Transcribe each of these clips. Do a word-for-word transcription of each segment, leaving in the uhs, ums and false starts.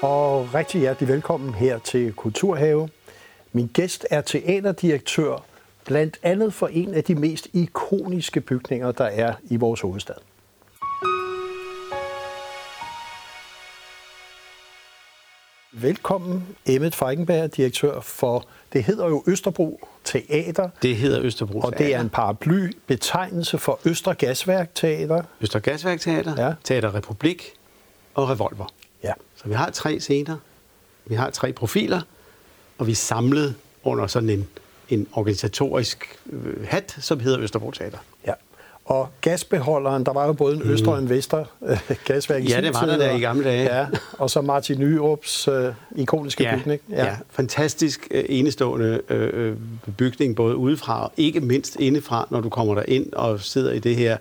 Og rigtig hjertelig velkommen her til Kulturhave. Min gæst er teaterdirektør, blandt andet for en af de mest ikoniske bygninger, der er i vores hovedstad. Velkommen, Emmet Feigenberg, direktør for, det hedder jo Østerbro Teater. Det hedder Østerbro Teater. Og det er en paraplybetegnelse for Østre Gasværk Teater. Østre Gasværk Teater, ja. Teater Republik og Revolver. Ja. Så vi har tre scener, vi har tre profiler, og vi er samlet under sådan en, en organisatorisk øh, hat, som hedder Østerbro Teater. Ja. Og gasbeholderen, der var jo både en øster og en vester øh, gasværk i Ja, det var der, der i gamle dage. Ja, og så Martin Nyrup's øh, ikoniske ja, bygning. Ja. ja, fantastisk øh, enestående øh, bygning, både udefra og ikke mindst indefra, når du kommer der ind og sidder i det her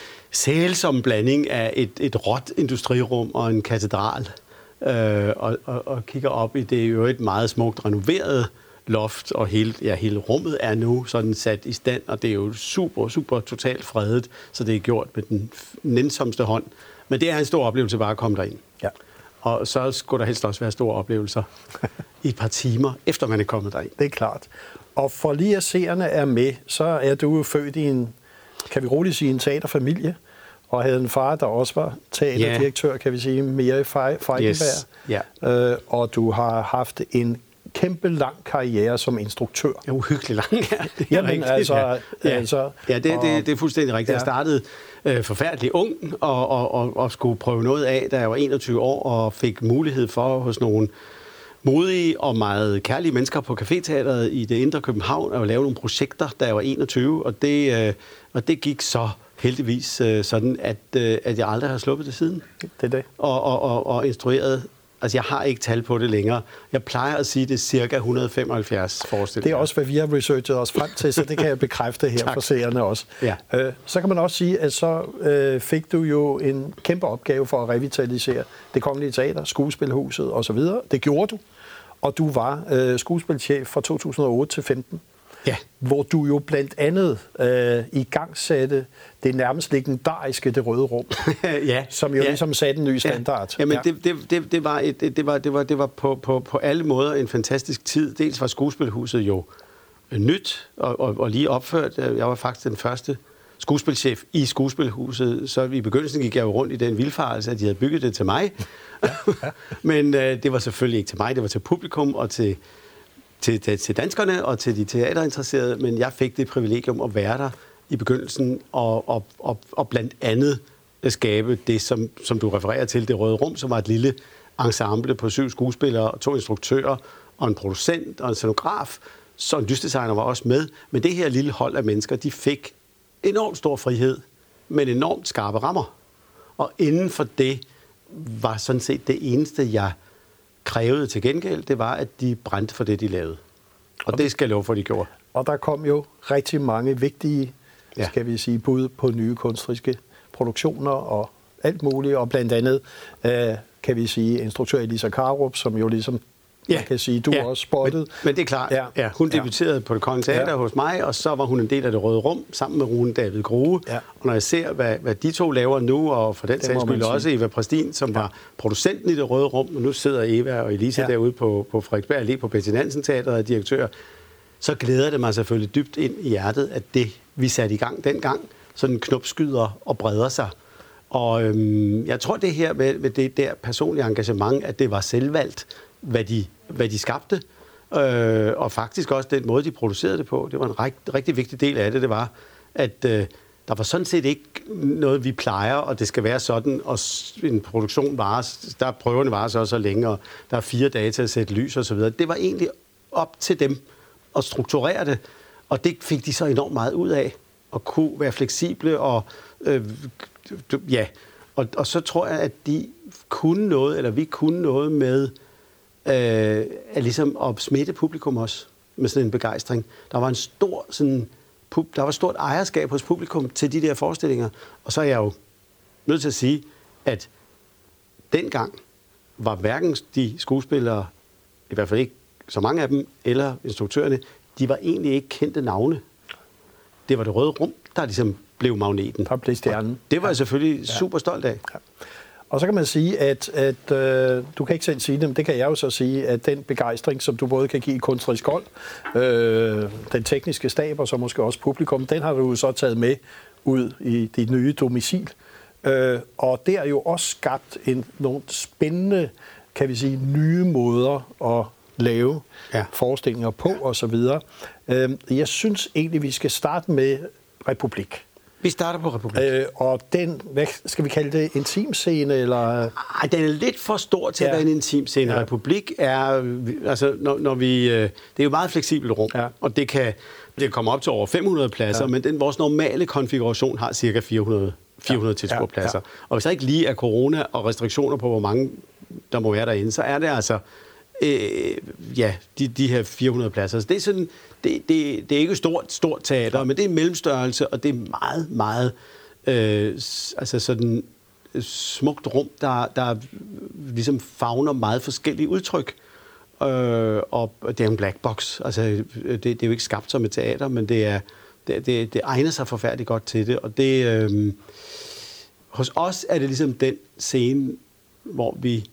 sælsomme blanding af et, et råt industrirum og en katedral, øh, og, og, og kigger op i det jo et meget smukt renoveret loft, og hele, ja, hele rummet er nu sådan sat i stand, og det er jo super, super totalt fredet, så det er gjort med den nænsomste hånd. Men det er en stor oplevelse bare at komme derind. Ja. Og så skulle der helst også være store oplevelser i et par timer, efter man er kommet derind. Det er klart. Og for lige at seerne er med, så er du jo født i en, kan vi roligt sige, en teaterfamilie, og havde en far, der også var teaterdirektør, yeah. kan vi sige, Mary Feigenberg. Yes. Yeah. Øh, og du har haft en kæmpe lang karriere som instruktør. Ja, uhyggelig lang, ja. Det er Jamen, rigtigt. altså, ja. altså, ja, det, det, det, det er fuldstændig rigtigt. Ja. Jeg startede øh, forfærdelig ung og, og, og, og skulle prøve noget af, da jeg var enogtyve år, og fik mulighed for hos nogle modige og meget kærlige mennesker på Caféteatret i det indre København at lave nogle projekter, da jeg var enogtyve, og det, øh, og det gik så heldigvis øh, sådan, at, øh, at jeg aldrig har sluppet det siden. Det er det. Og, og, og, og instrueret. Altså, jeg har ikke tal på det længere. Jeg plejer at sige, det er cirka et hundrede og femoghalvfjerds forestillinger. Det er også, hvad vi har researchet os frem til, så det kan jeg bekræfte her for seerne også. Ja. Øh, så kan man også sige, at så øh, fik du jo en kæmpe opgave for at revitalisere Det Kongelige Teater, Skuespilhuset osv. Det gjorde du, og du var øh, skuespilchef fra to tusind og otte til femten. Ja. Hvor du jo blandt andet øh, i gang satte det nærmest legendariske Det Røde Rum, ja. som jo ja. ligesom satte en ny standard. Ja. Jamen, ja. det, det, det, det var, et, det var, det var, det var på, på, på alle måder en fantastisk tid. Dels var Skuespilhuset jo nyt og, og, og lige opført. Jeg var faktisk den første skuespilchef i Skuespilhuset, så i begyndelsen gik jeg jo rundt i den vildfarelse, at de havde bygget det til mig. Ja. Ja. Men øh, det var selvfølgelig ikke til mig, det var til publikum og til Til, til, til danskerne og til de teaterinteresserede, men jeg fik det privilegium at være der i begyndelsen og, og, og, og blandt andet skabe det, som, som du refererer til, Det Røde Rum, som var et lille ensemble på syv skuespillere, to instruktører og en producent og en scenograf, så en lysdesigner var også med. Men det her lille hold af mennesker, de fik enormt stor frihed, men enormt skarpe rammer. Og inden for det var sådan set det eneste, jeg krævede til gengæld, det var, at de brændte for det, de lavede. Og okay. Det skal jeg love for, de gjorde. Og der kom jo rigtig mange vigtige, ja. skal vi sige, bud på nye kunstneriske produktioner og alt muligt. Og blandt andet, øh, kan vi sige, instruktør Elisa Karup, som jo ligesom, ja. man kan sige, du ja. også spottet. Men, men det er klart, ja. Ja. hun debuterede ja. på Det Kongelige Teater ja. hos mig, og så var hun en del af Det Røde Rum, sammen med Rune David Grohe. Ja. Og når jeg ser, hvad, hvad de to laver nu, og for den sags skyld også Eva Præstin, som ja. var producenten i Det Røde Rum, og nu sidder Eva og Elisa ja. derude på, på Frederiksberg Allé på Betty Nansen Teatret og er direktør, så glæder det mig selvfølgelig dybt ind i hjertet, at det, vi satte i gang dengang, sådan knopskyder og breder sig. Og øhm, jeg tror, det her med, med det der personlige engagement, at det var selvvalgt, hvad de, hvad de skabte, øh, og faktisk også den måde, de producerede det på. Det var en rigt, rigtig vigtig del af det, det var, at øh, der var sådan set ikke noget, vi plejer, og det skal være sådan, og en produktion varer, der prøverne varer så så længe, og der er fire dage til at sætte lys og så videre. Det var egentlig op til dem at strukturere det, og det fik de så enormt meget ud af, at kunne være fleksible, og øh, ja, og, og så tror jeg, at de kunne noget, eller vi kunne noget med øh, at ligesom at smitte publikum også, med sådan en begejstring. Der var en stor sådan, der var stort ejerskab hos publikum til de der forestillinger, og så er jeg jo nødt til at sige, at dengang var hverken de skuespillere, i hvert fald ikke så mange af dem, eller instruktørerne, de var egentlig ikke kendte navne. Det var Det Røde Rum, der ligesom blev magneten. Der blev stjernen. Det var jeg selvfølgelig super stolt af. Ja. Og så kan man sige, at, at øh, du kan ikke selv sige det, men det kan jeg jo så sige, at den begejstring, som du både kan give i kunstnerisk hold, øh, den tekniske stab og så måske også publikum, den har du så taget med ud i dit nye domicil. Øh, og det er jo også skabt en, nogle spændende, kan vi sige, nye måder at lave ja. forestillinger på osv. Øh, jeg synes egentlig, vi skal starte med Republik. Vi starter på Republik. Øh, og den, hvad skal vi kalde det, intimscene, eller? Ej, den er lidt for stor til ja. at være en intimscene. Ja. Republik er, altså, når, når vi, det er jo meget fleksibelt rum, ja. og det kan, det kan komme op til over fem hundrede pladser, ja. men den, vores normale konfiguration har cirka fire hundrede, fire hundrede ja. tilskuerpladser. Ja. Ja. Og hvis der ikke lige er corona og restriktioner på, hvor mange der må være derinde, så er det altså øh, ja, de, de her fire hundrede pladser. Så det er sådan, det, det, det er ikke et stort, stort teater, men det er en mellemstørrelse, og det er meget, meget øh, altså sådan smukt rum, der, der ligesom favner meget forskellige udtryk. Øh, og det er en black box. Altså, det, det er jo ikke skabt som et teater, men det, er, det, det, det egner sig forfærdeligt godt til det. Og det, øh, hos os er det ligesom den scene, hvor vi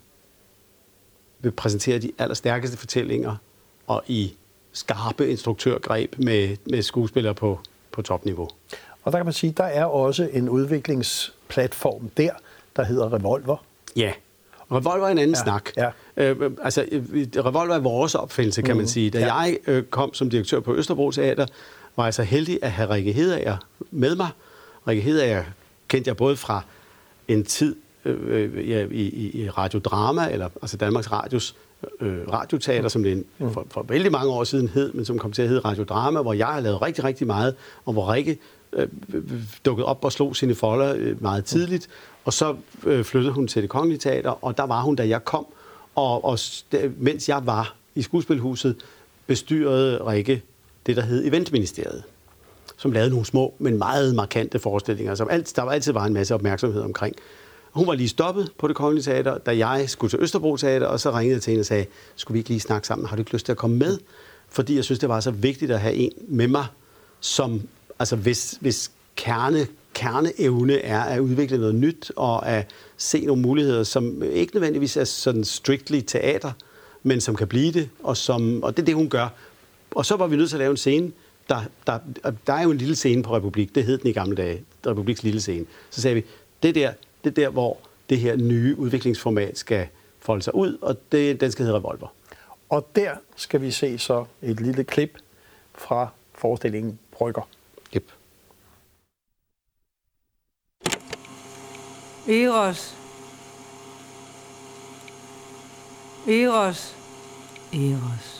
vil præsentere de allerstærkeste fortællinger, og i skarpe instruktørgreb med, med skuespillere på, på topniveau. Og der kan man sige, der er også en udviklingsplatform der, der hedder Revolver. Ja, Revolver er en anden ja. snak. Ja. Øh, altså, Revolver er vores opfindelse, kan mm. man sige. Da ja. jeg øh, kom som direktør på Østerbro Teater, var jeg så heldig at have Rikke Hedeager med mig. Rikke Hedeager kendte jeg både fra en tid øh, ja, i, i radiodrama, eller altså Danmarks Radios øh, radioteater, som det mm. for, for vældig mange år siden hed, men som kom til at hedde Radiodrama, hvor jeg har lavet rigtig, rigtig meget, og hvor Rikke øh, dukkede op og slog sine folder øh, meget tidligt. Og så øh, flyttede hun til Det Kongelige Teater, og der var hun, da jeg kom. Og, og mens jeg var i Skuespilhuset, bestyrede Rikke det, der hed Eventministeriet, som lavede nogle små, men meget markante forestillinger, som alt, der var altid var en masse opmærksomhed omkring. Hun var lige stoppet på Det Kongelige Teater, da jeg skulle til Østerbro Teater, og så ringede jeg til hende og sagde, skulle vi ikke lige snakke sammen? Har du ikke lyst til at komme med? Fordi jeg synes, det var så vigtigt at have en med mig, som, altså hvis, hvis kerne, kerneevne er at udvikle noget nyt, og at se nogle muligheder, som ikke nødvendigvis er sådan strictly teater, men som kan blive det, og, som, og det er det, hun gør. Og så var vi nødt til at lave en scene. Der, der, der er jo en lille scene på Republik, det hed den i gamle dage, Republiks lille scene. Så sagde vi, det der, det er der, hvor det her nye udviklingsformat skal folde sig ud, og det, den skal hedde Revolver. Og der skal vi se så et lille klip fra forestillingen Brygger. Yep. Eros. Eros. Eros.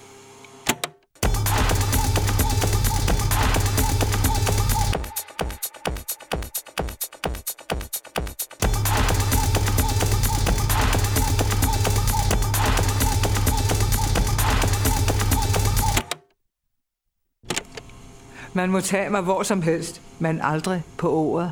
Man må tage mig hvor som helst, men aldrig på ordet.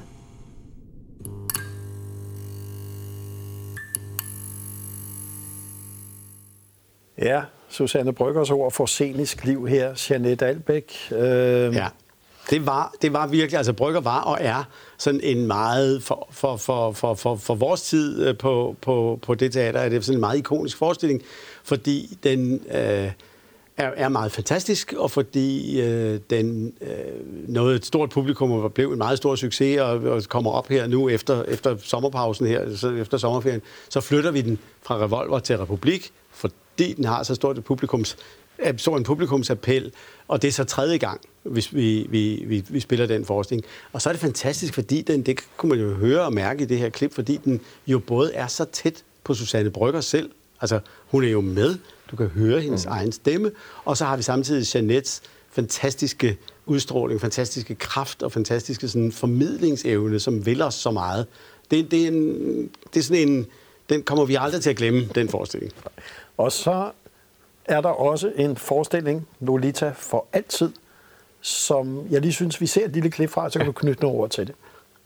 Ja, Susanne Bryggers ord for scenisk liv her, Jeanette Albeck. Øh... Ja, det var, det var virkelig, altså Brygger var og er sådan en meget, for, for, for, for, for, for vores tid på, på, på det teater, er det sådan en meget ikonisk forestilling, fordi den øh, er, er meget fantastisk, og fordi øh, den øh, nåede et stort publikum og blev en meget stor succes, og, og kommer op her nu efter, efter sommerpausen her, så efter sommerferien, så flytter vi den fra Revolver til Republik, fordi den har så stort et publikums, så en publikumsappel, og det er så tredje gang, hvis vi, vi, vi, vi spiller den forestilling. Og så er det fantastisk, fordi den, det kunne man jo høre og mærke i det her klip, fordi den jo både er så tæt på Susanne Brygger selv, altså hun er jo med, du kan høre hendes mm. egen stemme, og så har vi samtidig Jeanettes fantastiske udstråling, fantastiske kraft og fantastiske sådan, formidlingsevne, som vil os så meget. Det, det, er en, det er sådan en, den kommer vi aldrig til at glemme, den forestilling. Og så er der også en forestilling, Lolita for altid, som jeg lige synes, vi ser et lille klip fra, så kan du knytte nogle ord til det.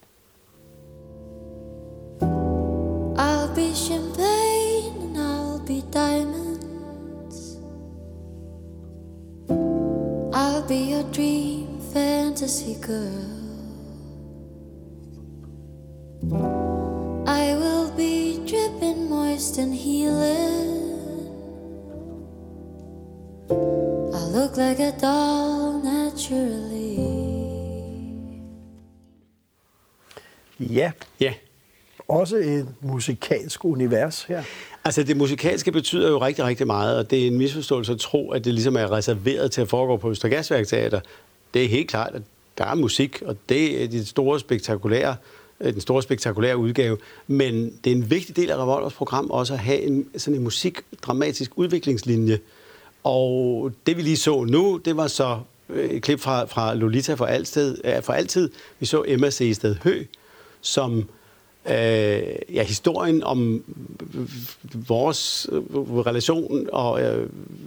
I'll be champagne and I'll be diamonds. I'll be your dream fantasy girl. I will be moist and healing. I look like a doll naturally. Ja. Ja. Også et musikalsk univers her. Altså det musikalske betyder jo rigtig, rigtig meget, og det er en misforståelse at tro, at det ligesom er reserveret til at foregå på Østre Gasværk-teater. Det er helt klart, at der er musik, og det er de store spektakulære, den store spektakulære udgave. Men det er en vigtig del af Revolvers program også at have en, sådan en musikdramatisk udviklingslinje. Og det vi lige så nu, det var så et klip fra, fra Lolita for, Alsted, for altid. Vi så Emma Sehested Høegh, som øh, ja, historien om vores relation, og øh,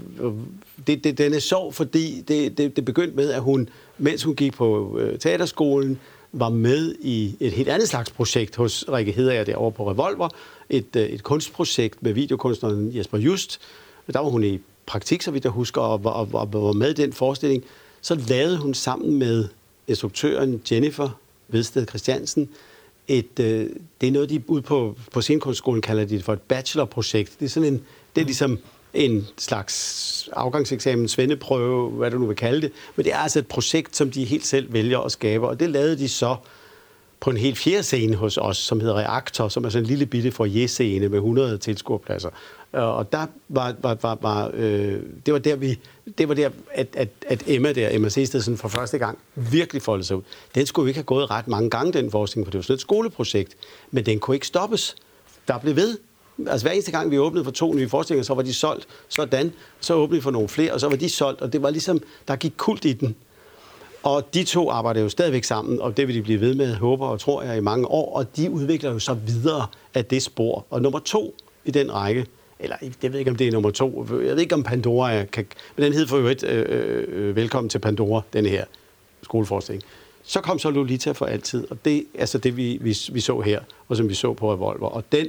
det, det, den er sjov, fordi det, det, det begyndte med, at hun, mens hun gik på øh, teaterskolen, var med i et helt andet slags projekt hos Rikke Hedeager derovre på Revolver, et, øh, et kunstprojekt med videokunstneren Jesper Just. Der var hun i praktik, så vidt jeg husker, og var, og var med i den forestilling. Så lavede hun sammen med instruktøren Jennifer Vedsted Christiansen et, øh, det er noget, de ude på, på scenekunstskolen kalder de det for et bachelorprojekt. Det er sådan en, det er ligesom en slags afgangseksamen, svendeprøve, hvad du nu vil kalde det. Men det er altså et projekt, som de helt selv vælger at skabe, og det lavede de så på en helt fjerde scene hos os, som hedder Reaktor, som er sådan en lille bitte foyer-scene med hundrede tilskuerpladser. Og der var, var, var, var øh, det var der vi, det var der at, at, at Emma der, Emma Sehested for første gang virkelig foldede sig ud. Den skulle jo ikke have gået ret mange gange den forskning, for det var sådan et skoleprojekt, men den kunne ikke stoppes. Der blev ved. Altså hver eneste gang vi åbnede for to nye forestillinger, så var de solgt. Sådan, så åbnede vi for nogle flere, og så var de solgt, og det var ligesom der gik kult i den. Og de to arbejder jo stadigvæk sammen, og det vil de blive ved med, håber og tror jeg, i mange år, og de udvikler jo så videre af det spor. Og nummer to i den række, eller jeg ved ikke, om det er nummer to, jeg ved ikke, om Pandora kan, men den hed for øvrigt øh, øh, Velkommen til Pandora, den her skoleforestilling. Så kom så Lolita for altid, og det er altså det, vi, vi, vi så her, og som vi så på Revolver. Og den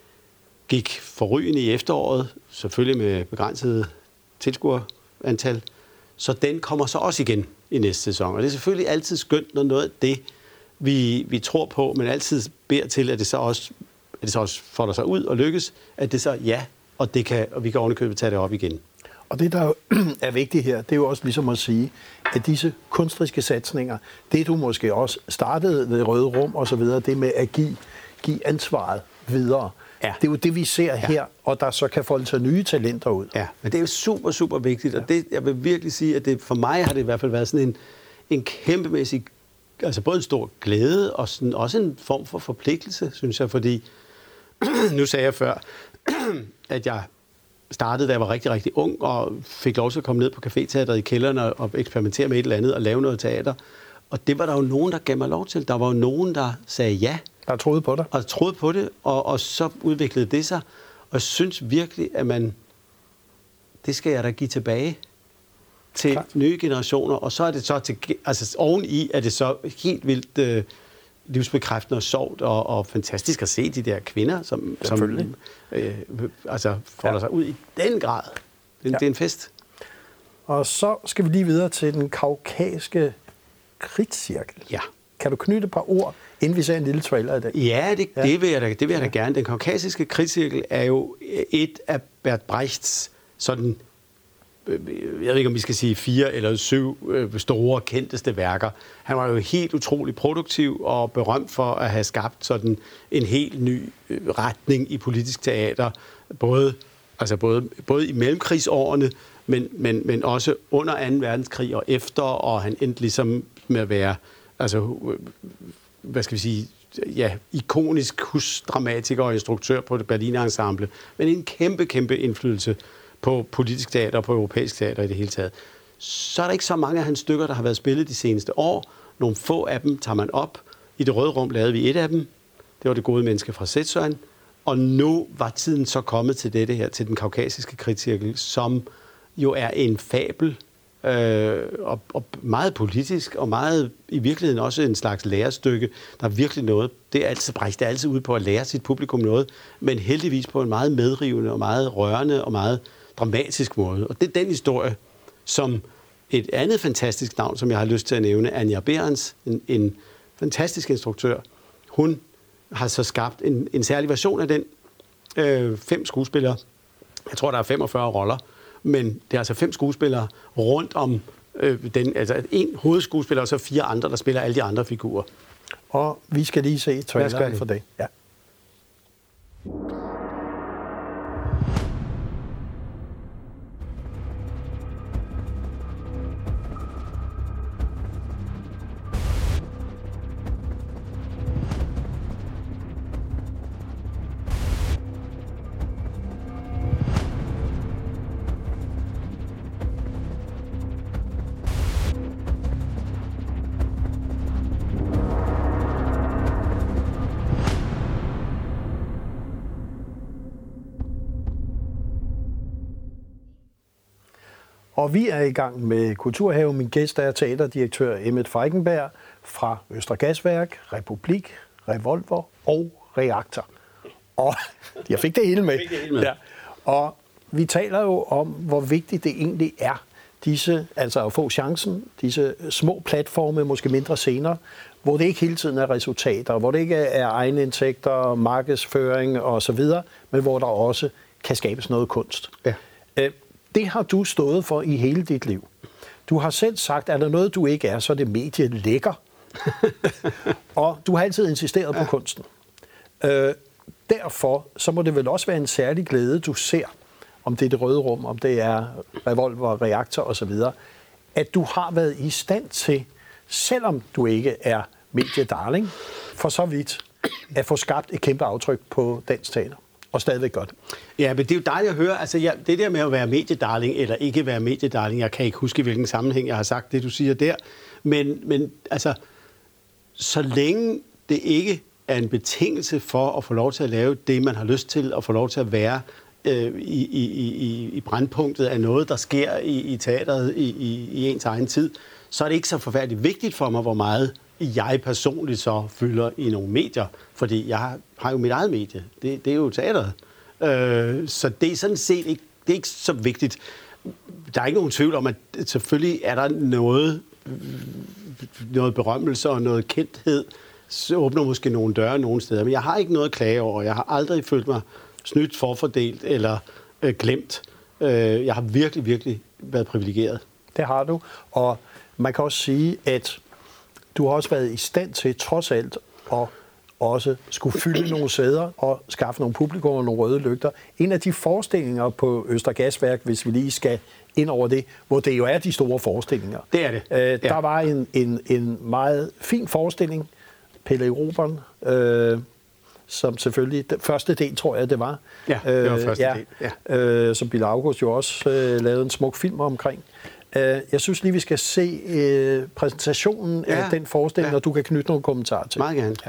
gik forrygende i efteråret, selvfølgelig med begrænset tilskuerantal, så den kommer så også igen i næste sæson. Og det er selvfølgelig altid skønt, når noget af det, vi, vi tror på, men altid beder til, at det så også, at det så også folder sig ud og lykkes, at det så ja, og, det kan, og vi kan ovenikøbet tage det op igen. Og det, der er vigtigt her, det er jo også ligesom at sige, at disse kunstneriske satsninger, det du måske også startede ved Røde Rum og så videre, det med at give, give ansvaret videre. Ja. Det er jo det, vi ser ja. her, og der så kan folde sig nye talenter ud. Ja, men det er jo super, super vigtigt, og det, jeg vil virkelig sige, at det, for mig har det i hvert fald været sådan en, en kæmpemæssig, altså både en stor glæde, og sådan, også en form for forpligtelse, synes jeg, fordi nu sagde jeg før, at jeg startede, da jeg var rigtig, rigtig ung, og fik lov til at komme ned på caféteateret i kælderen og, og eksperimentere med et eller andet, og lave noget teater. Og det var der jo nogen, der gav mig lov til. Der var jo nogen, der sagde ja. Der troede på det. Og troede på det, og, og så udviklede det sig. Og jeg synes virkelig, at man, det skal jeg da give tilbage til Klart. nye generationer. Og så er det så til, altså oveni er det så helt vildt øh, livsbekræftende og sjovt og, og fantastisk at se de der kvinder, som, som øh, altså folder ja. sig ud i den grad. Det, ja. det er en fest. Og så skal vi lige videre til den kaukasiske kridtcirkel. Ja. Kan du knytte et par ord, inden vi ser en lille trailer i dag? Ja, det, ja. det vil jeg da, det vil jeg da gerne. Den kaukasiske kridtcirkel er jo et af Bert Brechts sådan, jeg ved ikke, om vi skal sige fire eller syv store, kendteste værker. Han var jo helt utrolig produktiv og berømt for at have skabt sådan en helt ny retning i politisk teater, både, altså både, både i mellemkrigsårene, men, men, men også under anden verdenskrig og efter, og han endte ligesom med at være, altså, hvad skal vi sige, ja, ikonisk husdramatiker og instruktør på det Berliner Ensemble, men en kæmpe, kæmpe indflydelse på politisk teater og på europæisk teater i det hele taget. Så er der ikke så mange af hans stykker, der har været spillet de seneste år. Nogle få af dem tager man op. I Det Røde Rum lavede vi et af dem. Det var Det gode menneske fra Szetshwan. Og nu var tiden så kommet til dette her, til den kaukasiske kridtcirkel, som jo er en fabel, øh, og, og meget politisk, og meget i virkeligheden også en slags lærestykke. Der er virkelig noget. Det er altid Brecht, det er altid ude på at lære sit publikum noget, men heldigvis på en meget medrivende og meget rørende og meget dramatisk måde. Og det er den historie, som et andet fantastisk navn, som jeg har lyst til at nævne, Anja Behrens, en, en fantastisk instruktør. Hun har så skabt en, en særlig version af den, øh, fem skuespillere. Jeg tror, der er femogfyrre roller, men det er altså fem skuespillere rundt om øh, den, altså en hovedskuespiller og så fire andre, der spiller alle de andre figurer. Og vi skal lige se traileren for det. Ja. Og vi er i gang med Kulturhave. Min gæst er teaterdirektør Emmet Feigenberg fra Østre Gasværk, Republik, Revolver og Reaktor. Og jeg fik det hele med. Det hele med. Ja. Og vi taler jo om, hvor vigtigt det egentlig er, disse, altså at få chancen, disse små platforme, måske mindre scener, hvor det ikke hele tiden er resultater, hvor det ikke er egenindtægter, markedsføring osv., men hvor der også kan skabes noget kunst. Ja. Det har du stået for i hele dit liv. Du har selv sagt, at er der noget, du ikke er, så er det medie lækker. Og du har altid insisteret ja. på kunsten. Øh, derfor så må det vel også være en særlig glæde, du ser, om det er Det Røde Rum, om det er Revolver, Reaktor osv., at du har været i stand til, selvom du ikke er mediedarling, for så vidt, at få skabt et kæmpe aftryk på dansk teater. Og stadigvæk godt. Ja, men det er jo dejligt at høre. Altså, ja, det der med at være mediedarling eller ikke være mediedarling, jeg kan ikke huske, i hvilken sammenhæng jeg har sagt det, du siger der. Men, men altså, så længe det ikke er en betingelse for at få lov til at lave det, man har lyst til, og få lov til at være øh, i, i, i, i brandpunktet af noget, der sker i, i teateret i, i, i ens egen tid, så er det ikke så forfærdeligt vigtigt for mig, hvor meget jeg personligt så fylder i nogle medier, fordi jeg har, har jo mit eget medie. Det, det er jo teateret. Øh, så det er sådan set ikke, det er ikke så vigtigt. Der er ikke nogen tvivl om, at selvfølgelig er der noget, noget berømmelse og noget kendthed, så åbner måske nogle døre nogle steder. Men jeg har ikke noget at klage over. Jeg har aldrig følt mig snydt, forfordelt eller øh, glemt. Øh, jeg har virkelig, virkelig været privilegeret. Det har du. Og man kan også sige, at du har også været i stand til, trods alt, at også skulle fylde nogle sæder og skaffe nogle publikum og nogle røde lygter. En af de forestillinger på Østre Gasværk, hvis vi lige skal ind over det, hvor det jo er de store forestillinger. Det er det. Øh, der ja. var en, en, en meget fin forestilling, Pelle Erobreren, øh, som selvfølgelig, den første del tror jeg, det var. Ja, det var første øh, del. Ja, øh, som Bille August jo også øh, lavede en smuk film omkring. Jeg synes lige, vi skal se øh, præsentationen ja, af den forestilling, ja. og du kan knytte nogle kommentarer til. Meget gerne. Ja.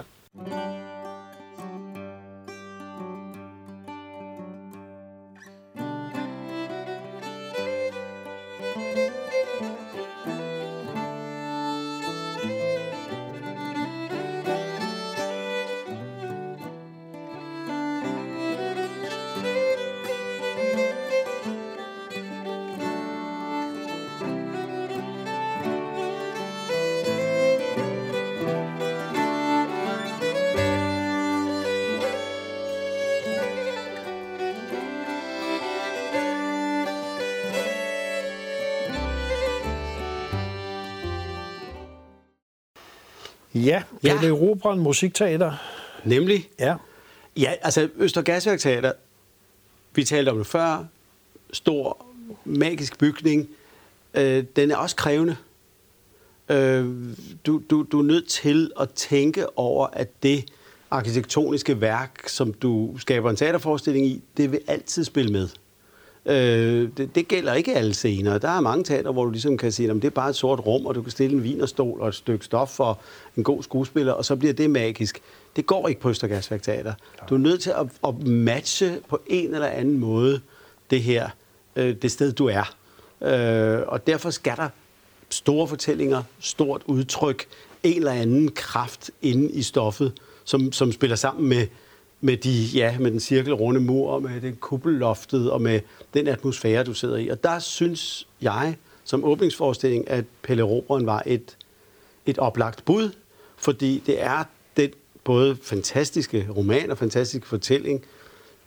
Ja, Pelle Erobreren Musikteater. Nemlig? Ja. Ja, altså Østre Gasværk Teater, vi talte om det før, stor, magisk bygning, øh, den er også krævende. Øh, du, du, du er nødt til at tænke over, at det arkitektoniske værk, som du skaber en teaterforestilling i, det vil altid spille med. Øh, det, det gælder ikke alle scener. Der er mange teater, hvor du ligesom kan sige, at det er bare et sort rum, og du kan stille en vinerstol og et stykke stof for en god skuespiller, og så bliver det magisk. Det går ikke på Østre Gasværk Teater. Du er nødt til at, at matche på en eller anden måde det her, øh, det sted, du er. Øh, og derfor skal der store fortællinger, stort udtryk, en eller anden kraft inde i stoffet, som, som spiller sammen med med, de, ja, med den cirkelrunde mur, med det kuppelloftet og med den atmosfære, du sidder i. Og der synes jeg, som åbningsforestilling, at Pelle Erobreren var et, et oplagt bud, fordi det er den både fantastiske roman og fantastiske fortælling,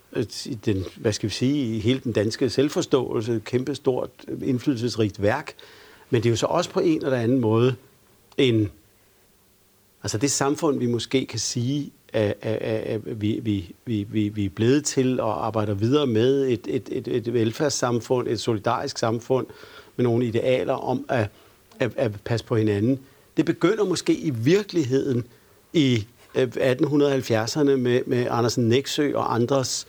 i den, hvad skal vi sige, i hele den danske selvforståelse, et kæmpestort, indflydelsesrigt værk. Men det er jo så også på en eller anden måde en, altså det samfund, vi måske kan sige, at, at, at vi, vi, vi, vi er blevet til og arbejder videre med, et, et, et, et velfærdssamfund, et solidarisk samfund med nogle idealer om at, at, at passe på hinanden. Det begynder måske i virkeligheden i atten halvfjerdserne med, med Andersen Nexø og andres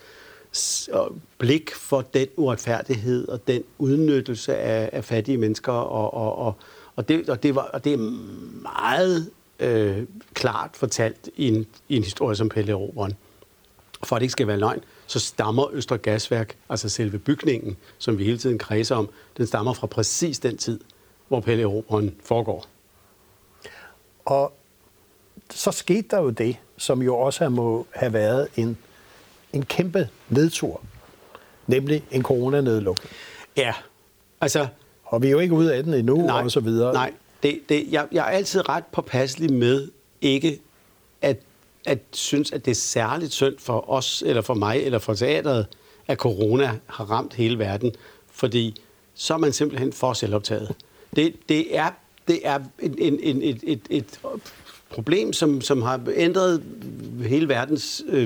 blik for den uretfærdighed og den udnyttelse af, af fattige mennesker. Og, og, og, og, det, og, det, var, og det er meget øh, klart fortalt i en, i en historie som Pelle Erobreren. For at det ikke skal være løgn, så stammer Østre Gasværk, altså selve bygningen, som vi hele tiden kredser om, den stammer fra præcis den tid, hvor Pelle Erobreren foregår. Og så skete der jo det, som jo også må have været en, en kæmpe nedtur, nemlig en coronanedlukning. Ja, altså... Og vi er jo ikke ude af den endnu, nej, og så videre. Nej, det, det, jeg, jeg er altid ret påpasselig med ikke at, at synes, at det er særligt synd for os, eller for mig, eller for teateret, at corona har ramt hele verden, fordi så er man simpelthen for selvoptaget. Det, det er, det er en, en, en, et, et, et problem, som, som har ændret hele verdens øh,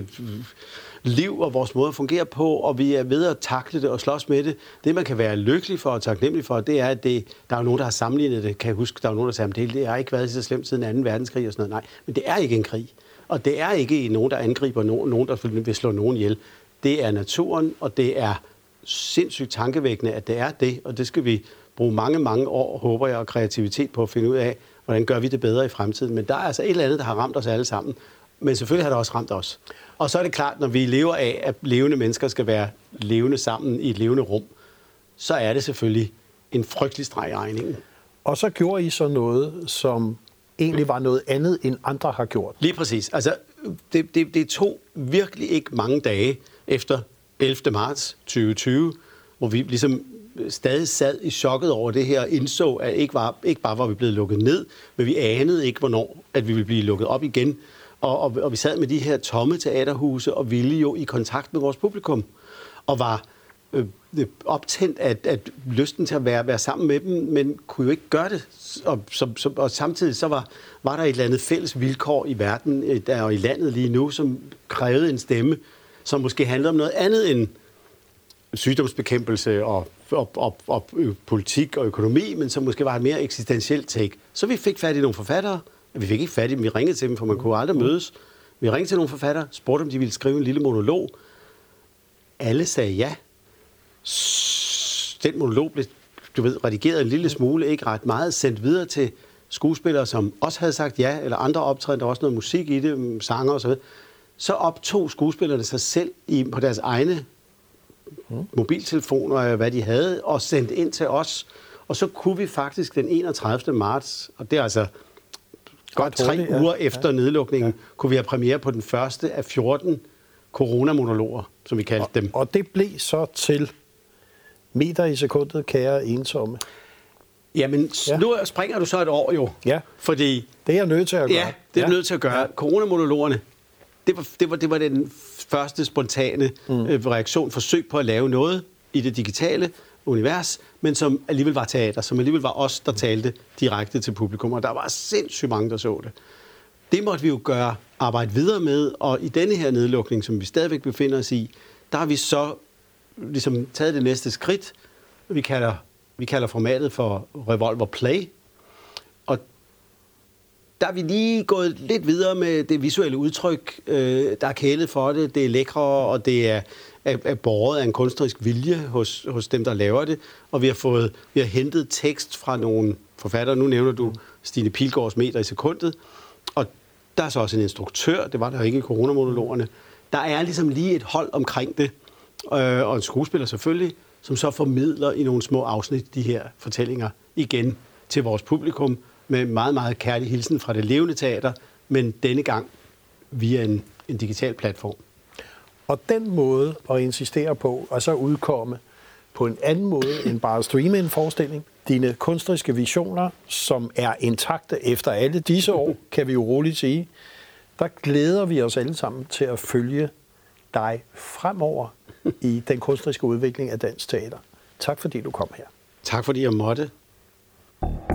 liv og vores måde at fungere på, og vi er ved at takle det og slås med det. Det, man kan være lykkelig for og taknemmelig for, det er, at det, der er nogen, der har sammenlignet det. Kan jeg huske, der er nogen, der siger, at det, det har ikke været så slemt siden anden verdenskrig og sådan noget. Nej, men det er ikke en krig. Og det er ikke nogen, der angriber nogen, nogen der vil slå nogen ihjel. Det er naturen, og det er sindssygt tankevækkende, at det er det, og det skal vi bruge mange, mange år, håber jeg, og kreativitet på at finde ud af, hvordan gør vi det bedre i fremtiden. Men der er altså et eller andet, der har ramt os alle sammen. Men selvfølgelig har det også ramt os. Og så er det klart, når vi lever af, at levende mennesker skal være levende sammen i et levende rum, så er det selvfølgelig en frygtelig streg i regningen. Og så gjorde I så noget, som egentlig var noget andet, end andre har gjort. Lige præcis. Altså, det, det, det tog virkelig ikke mange dage efter ellevte marts tyve tyve, hvor vi ligesom stadig sad i chokket over det her og indså, at ikke, var, ikke bare var vi blevet lukket ned, men vi anede ikke, hvornår at vi ville blive lukket op igen. Og, og, og vi sad med de her tomme teaterhuse og ville jo i kontakt med vores publikum og var øh, optændt af, af lysten til at være, være sammen med dem, men kunne jo ikke gøre det. Og, så, så, og samtidig så var, var der et eller andet fælles vilkår i verden der og i landet lige nu, som krævede en stemme, som måske handlede om noget andet end sygdomsbekæmpelse og, og, og, og politik og økonomi, men som måske var et mere eksistentielt take. Så vi fik fat i nogle forfattere. Vi fik ikke fat i dem, vi ringede til dem, for man kunne aldrig mødes. Vi ringede til nogle forfattere, spurgte om de ville skrive en lille monolog. Alle sagde ja. Den monolog blev, du ved, redigeret en lille smule, ikke ret meget, sendt videre til skuespillere, som også havde sagt ja, eller andre optræden, der var også noget musik i det, sanger og så videre. Så optog skuespillerne sig selv i, på deres egne mobiltelefoner, hvad de havde, og sendte ind til os. Og så kunne vi faktisk den enogtredivte marts, og det er altså godt tre ja. uger efter ja. nedlukningen, ja. kunne vi have premiere på den første af fjorten coronamonologer, som vi kaldte og, dem. Og det blev så til meter i sekundet, kære ensomme. Jamen, ja. nu springer du så et år jo. Ja, fordi, det er jeg nødt til at gøre. Ja, det er ja. nødt til at gøre. Ja. Coronamonologerne, det var, det, var, det var den første spontane mm. øh, reaktion, forsøg på at lave noget i det digitale univers, men som alligevel var teater, som alligevel var os, der talte direkte til publikum, og der var sindssygt mange, der så det. Det måtte vi jo gøre, arbejde videre med, og i denne her nedlukning, som vi stadigvæk befinder os i, der har vi så ligesom taget det næste skridt. Vi kalder, vi kalder formatet for Revolver Play, og der er vi lige gået lidt videre med det visuelle udtryk, øh, der er kælet for det, det er lækre, og det er er, er båret af en kunstnerisk vilje hos, hos dem, der laver det. Og vi har fået, vi har hentet tekst fra nogle forfattere. Nu nævner du Stine Pilgaards Meter i sekundet. Og der er så også en instruktør, det var der jo ikke i coronamonologerne. Der er ligesom lige et hold omkring det, øh, og en skuespiller selvfølgelig, som så formidler i nogle små afsnit de her fortællinger igen til vores publikum, med meget, meget kærlig hilsen fra det levende teater, men denne gang via en, en digital platform. Og den måde at insistere på, og så udkomme på en anden måde end bare at streame en forestilling, dine kunstneriske visioner, som er intakte efter alle disse år, kan vi jo roligt sige, der glæder vi os alle sammen til at følge dig fremover i den kunstneriske udvikling af dansk teater. Tak fordi du kom her. Tak fordi jeg måtte.